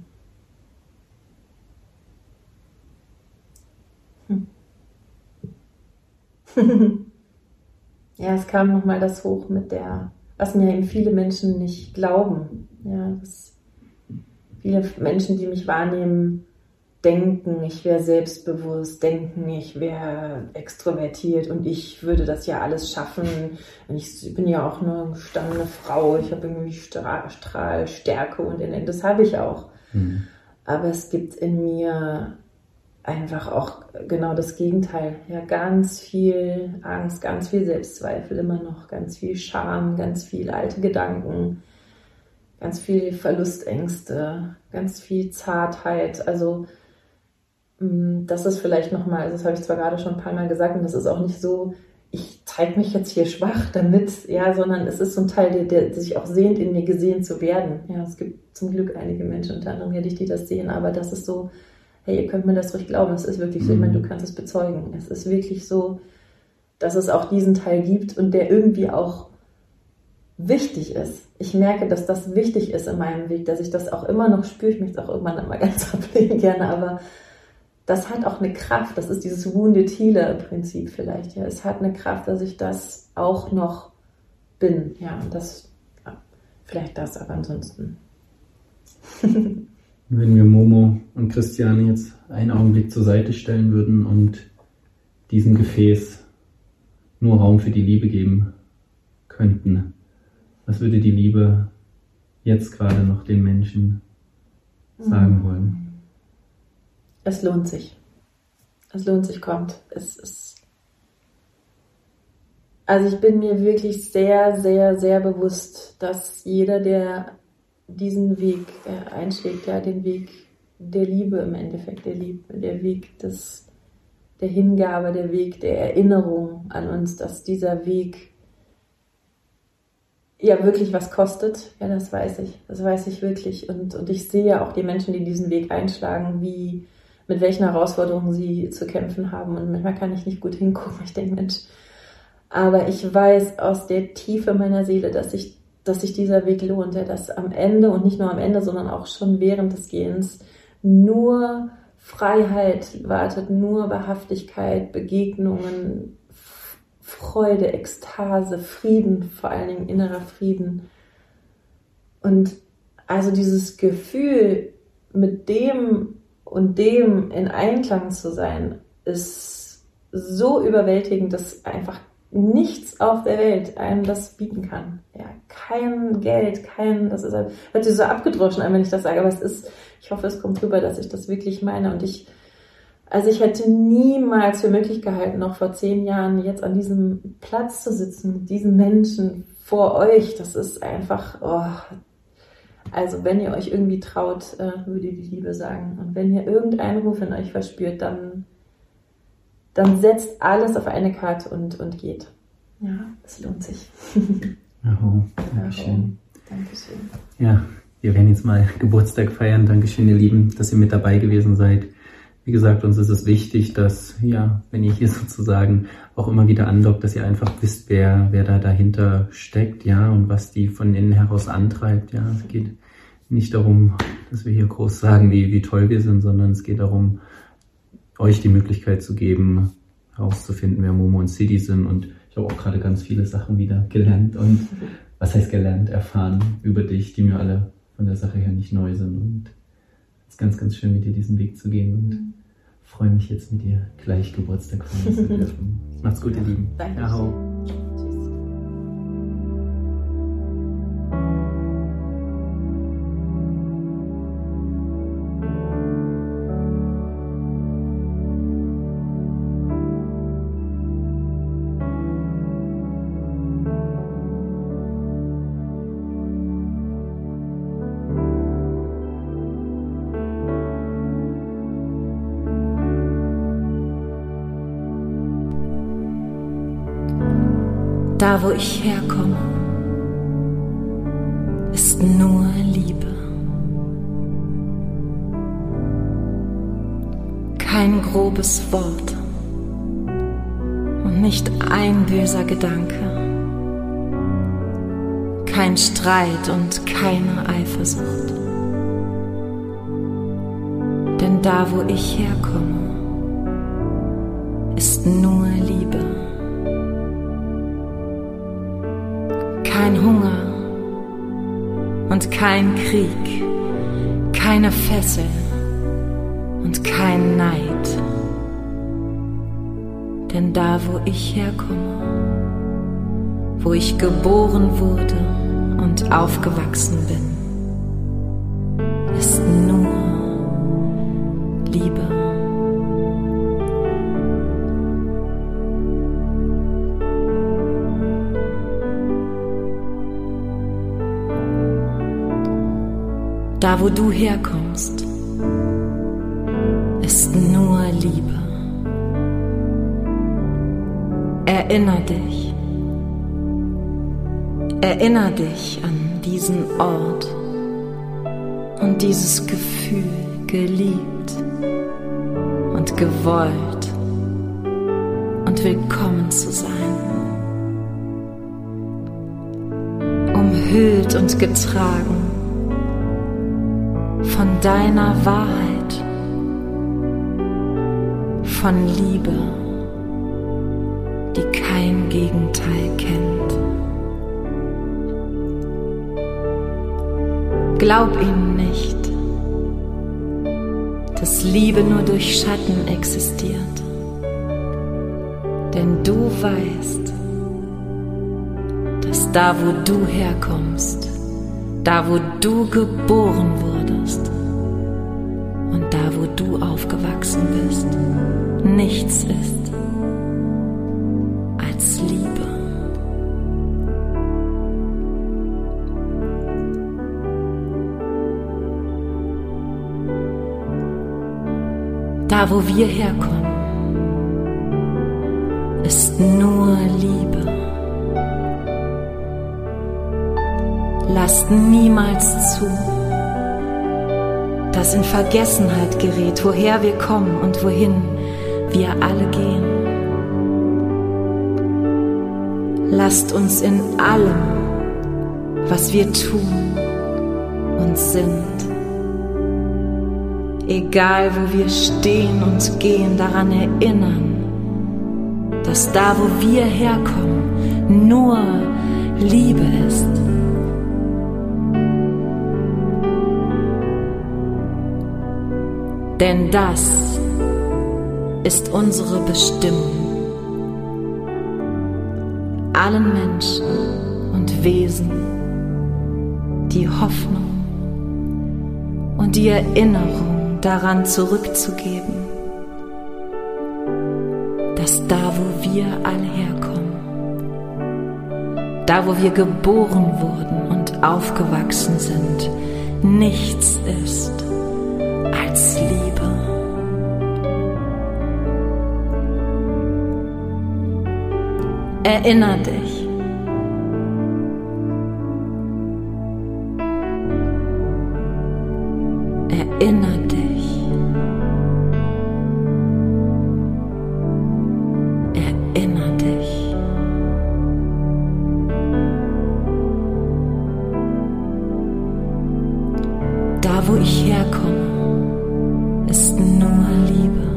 Hm. Ja, es kam nochmal das hoch mit der, was mir eben viele Menschen nicht glauben. Ja, dass viele Menschen, die mich wahrnehmen, denken, ich wäre selbstbewusst, denken, ich wäre extrovertiert und ich würde das ja alles schaffen. Ich bin ja auch eine gestandene Frau, ich habe irgendwie Strahl, Strahl Stärke und das habe ich auch. Mhm. Aber es gibt in mir einfach auch genau das Gegenteil. Ja, ganz viel Angst, ganz viel Selbstzweifel immer noch, ganz viel Scham, ganz viel alte Gedanken, ganz viel Verlustängste, ganz viel Zartheit. Also das ist vielleicht nochmal, also das habe ich zwar gerade schon ein paar Mal gesagt und das ist auch nicht so, ich zeige mich jetzt hier schwach damit, ja, sondern es ist so ein Teil, der, der sich auch sehnt, in mir gesehen zu werden. Ja, es gibt zum Glück einige Menschen, unter anderem ja, die das sehen, aber das ist so, hey, ihr könnt mir das ruhig glauben, es ist wirklich so, ich meine, du kannst es bezeugen. Es ist wirklich so, dass es auch diesen Teil gibt und der irgendwie auch wichtig ist. Ich merke, dass das wichtig ist in meinem Weg, dass ich das auch immer noch spüre. Ich möchte es auch irgendwann einmal ganz ablegen gerne, aber das hat auch eine Kraft. Das ist dieses Wounded Healer Prinzip vielleicht. Ja, es hat eine Kraft, dass ich das auch noch bin. Ja, und das, ja, vielleicht das, aber ansonsten. Wenn wir Momo und Christiane jetzt einen Augenblick zur Seite stellen würden und diesem Gefäß nur Raum für die Liebe geben könnten, was würde die Liebe jetzt gerade noch den Menschen sagen wollen? Es lohnt sich. Es lohnt sich, kommt. Es ist. Also ich bin mir wirklich sehr, sehr, sehr bewusst, dass jeder, der diesen Weg äh, einschlägt, ja, den Weg der Liebe im Endeffekt, der Liebe, der Weg des, der Hingabe, der Weg der Erinnerung an uns, dass dieser Weg ja wirklich was kostet. Ja, das weiß ich. Das weiß ich wirklich. Und, und ich sehe auch die Menschen, die diesen Weg einschlagen, wie, mit welchen Herausforderungen sie zu kämpfen haben. Und manchmal kann ich nicht gut hingucken. Ich denke, Mensch, aber ich weiß aus der Tiefe meiner Seele, dass ich dass sich dieser Weg lohnt, ja, dass am Ende und nicht nur am Ende, sondern auch schon während des Gehens nur Freiheit wartet, nur Wahrhaftigkeit, Begegnungen, Freude, Ekstase, Frieden, vor allen Dingen innerer Frieden. Und also dieses Gefühl, mit dem und dem in Einklang zu sein, ist so überwältigend, dass einfach nichts auf der Welt einem das bieten kann. Ja, kein Geld, kein, das ist halt, hört sich so abgedroschen an, wenn ich das sage, aber es ist, ich hoffe, es kommt rüber, dass ich das wirklich meine und ich, also ich hätte niemals für möglich gehalten, noch vor zehn Jahren jetzt an diesem Platz zu sitzen, mit diesen Menschen vor euch, das ist einfach, oh, also wenn ihr euch irgendwie traut, würde die Liebe sagen und wenn ihr irgendeinen Ruf in euch verspürt, dann dann setzt alles auf eine Karte und, und geht. Ja, es lohnt sich. Oh, Dankeschön. Dankeschön. Ja, wir werden jetzt mal Geburtstag feiern. Dankeschön, ihr Lieben, dass ihr mit dabei gewesen seid. Wie gesagt, uns ist es wichtig, dass, ja, wenn ihr hier sozusagen auch immer wieder andockt, dass ihr einfach wisst, wer, wer da dahinter steckt, ja, und was die von innen heraus antreibt, ja. Es geht nicht darum, dass wir hier groß sagen, wie, wie toll wir sind, sondern es geht darum, euch die Möglichkeit zu geben, herauszufinden, wer Momo und Siddhi sind. Und ich habe auch gerade ganz viele Sachen wieder gelernt und was heißt gelernt, erfahren über dich, die mir alle von der Sache her nicht neu sind. Und es ist ganz, ganz schön, mit dir diesen Weg zu gehen und freue mich jetzt mit dir gleich Geburtstag feiern zu dürfen. Macht's gut, ihr Lieben. Danke. Ja, Tschüss. Da, wo ich herkomme, ist nur Liebe. Kein grobes Wort und nicht ein böser Gedanke. Kein Streit und keine Eifersucht. Denn da, wo ich herkomme, ist nur Liebe. Kein Hunger und kein Krieg, keine Fessel und kein Neid. Denn da, wo ich herkomme, wo ich geboren wurde und aufgewachsen bin, ist nur Liebe. Da, wo du herkommst, ist nur Liebe. Erinner dich, erinner dich an diesen Ort und dieses Gefühl, geliebt und gewollt und willkommen zu sein, umhüllt und getragen von deiner Wahrheit, von Liebe, die kein Gegenteil kennt. Glaub ihm nicht, dass Liebe nur durch Schatten existiert, denn du weißt, dass da, wo du herkommst, da, wo du geboren wurdest und da, wo du aufgewachsen bist, nichts ist als Liebe. Da, wo wir herkommen, ist nur Liebe. Lasst niemals zu, dass in Vergessenheit gerät, woher wir kommen und wohin wir alle gehen. Lasst uns in allem, was wir tun und sind, egal wo wir stehen und gehen, daran erinnern, dass da, wo wir herkommen, nur Liebe ist. Denn das ist unsere Bestimmung. Allen Menschen und Wesen die Hoffnung und die Erinnerung daran zurückzugeben, dass da, wo wir alle herkommen, da, wo wir geboren wurden und aufgewachsen sind, nichts ist als Liebe. Erinner dich. Erinner dich. Erinner dich. Da, wo ich herkomme, ist nur Liebe.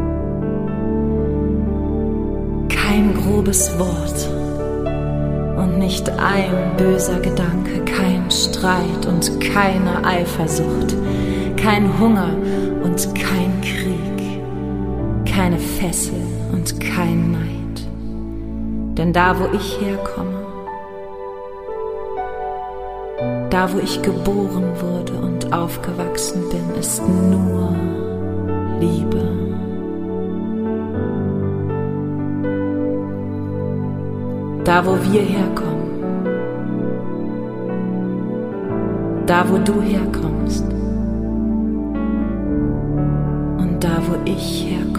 Kein grobes Wort und nicht ein böser Gedanke, kein Streit und keine Eifersucht, kein Hunger und kein Krieg, keine Fessel und kein Neid. Denn da, wo ich herkomme, da, wo ich geboren wurde und aufgewachsen bin, ist nur Liebe. Da, wo wir herkommen, da, wo du herkommst und da, wo ich herkomme,